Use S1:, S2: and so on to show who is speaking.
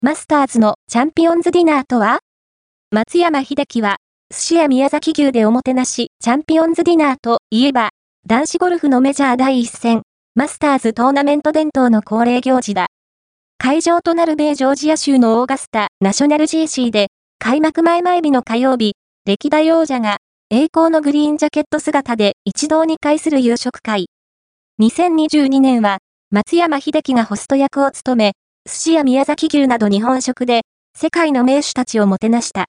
S1: マスターズのチャンピオンズディナーとは？松山英樹は、寿司や宮崎牛でおもてなし、チャンピオンズディナーといえば、男子ゴルフのメジャー第一戦、マスターズトーナメント伝統の恒例行事だ。会場となる米ジョージア州のオーガスタ・ナショナル GC で、開幕前々日の火曜日、歴代王者が、栄光のグリーンジャケット姿で一堂に会する夕食会。2022年は、松山英樹がホスト役を務め、寿司や宮崎牛など日本食で、世界の名手たちをもてなした。